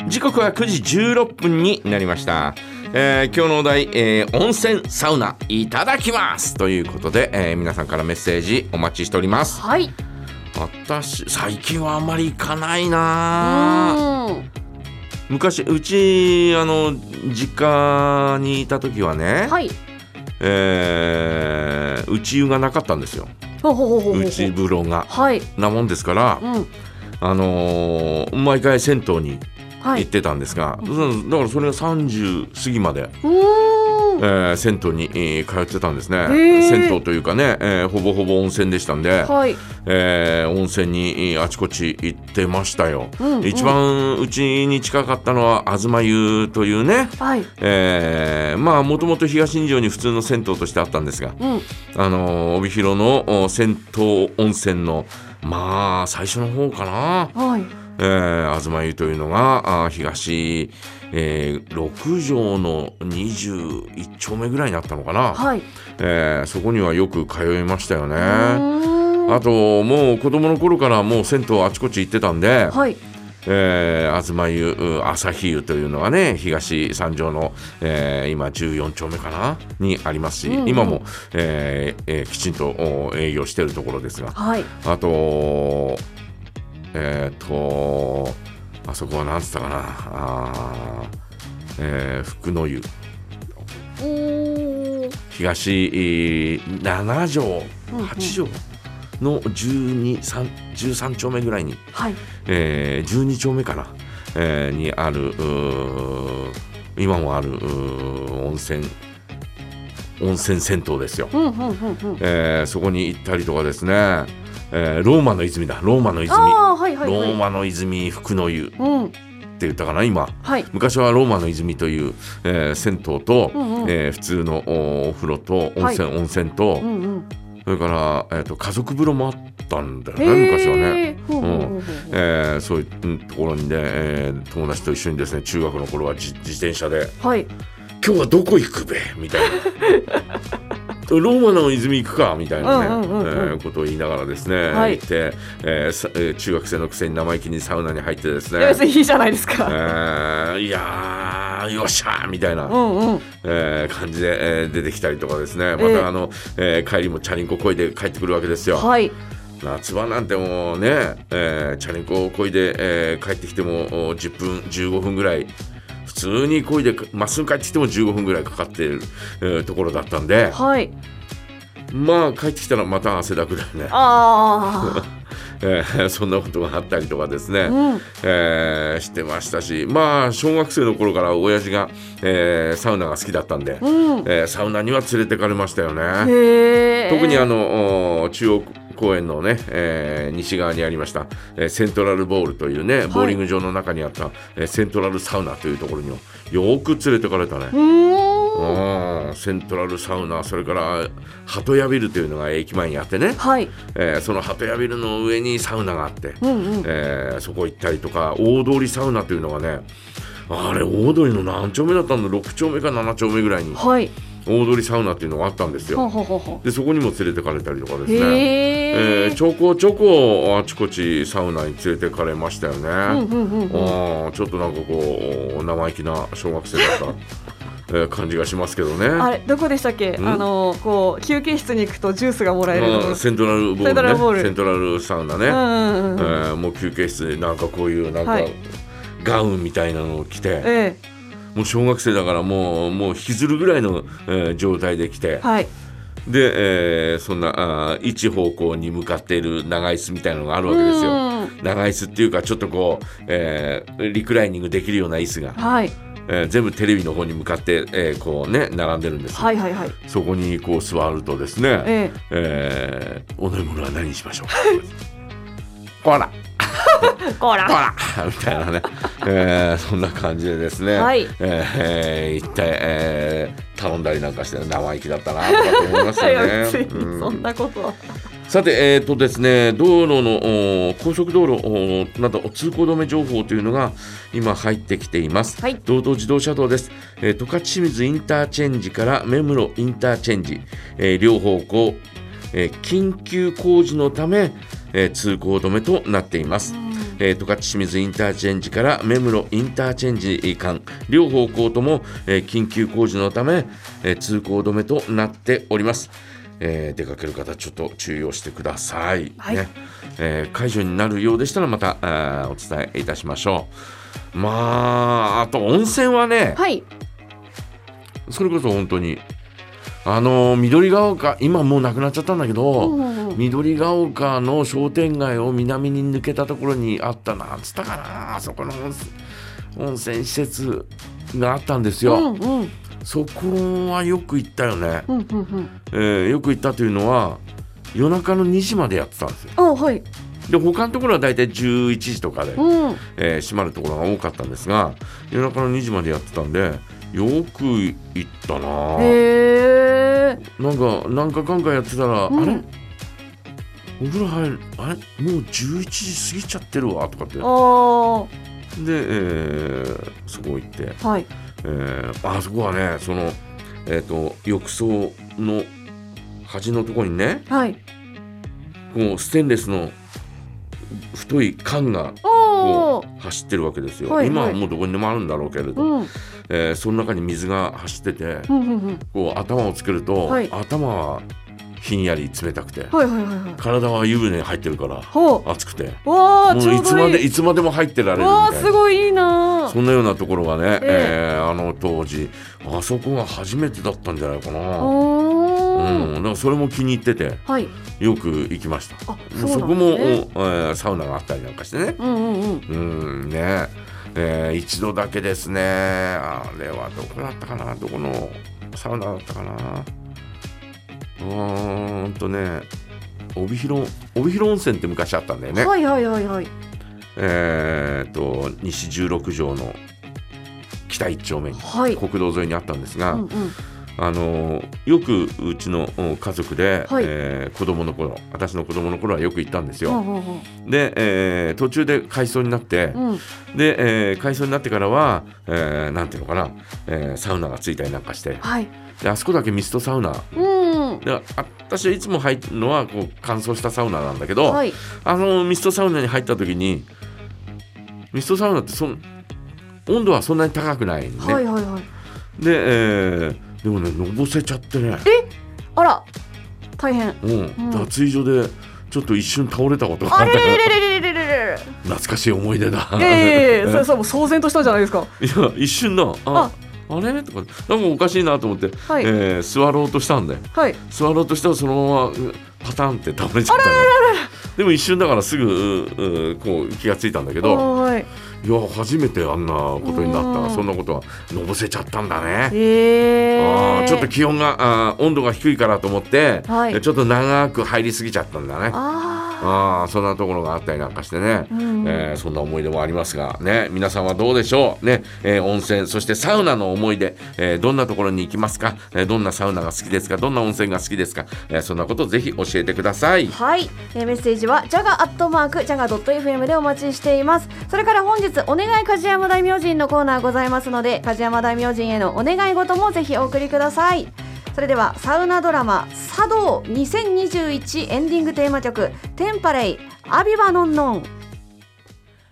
時刻は9時16分になりました。今日のお題、温泉サウナいただきますということで、皆さんからメッセージお待ちしております。 はい。 私最近はあまり行かないな。昔うち実家にいた時はね、 はい。 内湯がなかったんですよ。内風呂が、 はい。 なもんですから、毎回銭湯に行ってたんですが、だからそれが30過ぎまで、銭湯に、通ってたんですね。銭湯というかね、ほぼほぼ温泉でしたんで、 はい。 温泉にあちこち行ってましたよ。一番うちに近かったのは東湯というね、 はい。 まあもともと東二条に普通の銭湯としてあったんですが、帯広の銭湯温泉のまあ最初の方かな、 はい。 東湯というのが東、6条の21丁目ぐらいにあったのかな、 はい。 そこにはよく通いましたよね。あともう子供の頃からもう銭湯あちこち行ってたんで、 はい。 東湯、旭湯というのはね、東三条の、今14丁目かなにありますし、今も、きちんと営業しているところですが、 はい。 あとあそこは何つったかな、福の湯、東、7条8条の13丁目ぐらいに、 はい。 12丁目かな、にある今もある温泉銭湯ですよ。そこに行ったりとかですね、ローマの泉だ、ローマの泉、 はいはいはい、 ローマの泉福の湯、って言ったかな今、 はい、 昔はローマの泉という、銭湯と、普通のお風呂と温泉と、それから、家族風呂もあったんだよね昔はね。そういうところにね、友達と一緒にですね、中学の頃は自転車で、 はい、 今日はどこ行くべみたいなローマの泉行くかみたいなね、ことを言いながらですね、行って、中学生のくせに生意気にサウナに入ってですね、 別にいいじゃないですか、 いやーよっしゃーみたいな、感じで、出てきたりとかですね、また帰りもチャリンコ漕いで帰ってくるわけですよ。はい、夏場なんてもうね、チャリンコを漕いで、帰ってきても10分15分ぐらい普通に漕いでまっすぐ帰ってきても15分ぐらいかかっている、ところだったんで、はい、まあ帰ってきたらまた汗だくだよね。そんなことがあったりとかですね、してましたし、まあ小学生の頃から親父が、サウナが好きだったんで、サウナには連れてかれましたよね。特に中央公園のね、西側にありました、セントラルボールというね、ボーリング場の中にあった、セントラルサウナというところによく連れてかれたね。セントラルサウナ、それから鳩屋ビルというのが駅前にあってね、はい、その鳩屋ビルの上にサウナがあって、そこ行ったりとか、大通サウナというのがね、あれ大通の何丁目だったんだ、6丁目か7丁目ぐらいに、はい、大通サウナっていうのがあったんですよ。でそこにも連れてかれたりとかですね、ちょこちょこあちこちサウナに連れてかれましたよね。ちょっとなんかこう生意気な小学生だった感じがしますけどね。あれどこでしたっけ、こう休憩室に行くとジュースがもらえるセントラルボールね、セントラルサウナね、もう休憩室でなんかこういうなんか、ガウンみたいなのを着て、もう小学生だからもう引きずるぐらいの、状態で来て、はい、で、そんな一方向に向かっている長椅子みたいなのがあるわけですよ。長椅子っていうかちょっとこう、リクライニングできるような椅子が、はい、全部テレビの方に向かって、こうね並んでるんです、はいはいはい、そこにこう座るとですね、お飲み物は何にしましょうコーラコーラみたいなね、そんな感じでですね、はい、行って、頼んだりなんかして生意気だったなとかと思いますよね。そんなことはさて、ですね、道路の高速道路など通行止め情報というのが今入ってきています。はい、道東自動車道です。十勝清水インターチェンジから目室インターチェンジ、両方向、緊急工事のため、通行止めとなっています。 十勝清水インターチェンジから目室インターチェンジ間両方向とも、緊急工事のため、通行止めとなっております。出かける方ちょっと注意をしてください、 はいね。解除になるようでしたらまたお伝えいたしましょう。あと温泉はね、 はい、 それこそ本当に緑ヶ丘、今もうなくなっちゃったんだけど、緑ヶ丘の商店街を南に抜けたところにあったなんつったかな、あそこの温泉施設があったんですよ、そこはよく行ったよね、よく行ったというのは夜中の2時までやってたんですよ。 はい、 で他のところはだいたい11時とかで、閉まるところが多かったんですが、夜中の2時までやってたんでよく行ったな。なんかかんかやってたら、あれお風呂入る、あれもう11時過ぎちゃってるわとかってで、そこ行って、 はい、 そこはね浴槽の端のところにね、 はい、 こうステンレスの太い缶がこう走ってるわけですよ、今はもうどこにでもあるんだろうけれど、その中に水が走ってて、こう頭をつけると、頭はひんやり冷たくて、体は湯船に入ってるから熱くて、もういつまでも入ってられるみたいな、 すごいいいな。 そんなようなところがね、当時あそこが初めてだったんじゃないかな。だからそれも気に入ってて、よく行きました。そこも、サウナがあったりなんかしてね、一度だけですね。あれはどこだったかな、どこのサウナだったかな。帯広温泉って昔あったんだよね。西16条の北一丁目に、国道沿いにあったんですが、よくうちの家族で、私の子供の頃はよく行ったんですよ。で、途中で改装になって、改装になってからは、なんていうのかな、サウナがついたりなんかして、であそこだけミストサウナ、で私はいつも入るのはこう乾燥したサウナなんだけど、ミストサウナに入った時に、ミストサウナって温度はそんなに高くないね、でもね、のぼせちゃってね、 あら大変、 脱衣所でちょっと一瞬倒れたことがあって、懐かしい思い出だ。 それもう騒然としたじゃないですか。 いや一瞬だ、あれとかなんかおかしいなと思って、座ろうとしたんで、座ろうとしたらそのままパタンって倒れちゃったね。でも一瞬だからすぐこう気がついたんだけど、いや初めてあんなことになった。そんなことはのぼせちゃったんだね。ちょっと気温が温度が低いからと思って、ちょっと長く入りすぎちゃったんだね。そんなところがあったりなんかしてね、そんな思い出もありますがね、皆さんはどうでしょうね。温泉そしてサウナの思い出、どんなところに行きますか、どんなサウナが好きですか、どんな温泉が好きですか、そんなことをぜひ教えてください。 はい、メッセージは jaga@jaga.fm でお待ちしています。それから本日お願い梶山大明神のコーナーございますので、梶山大明神へのお願い事もぜひお送りください。それではサウナドラマ茶道2021エンディングテーマ曲テンパレイアビバノンノン。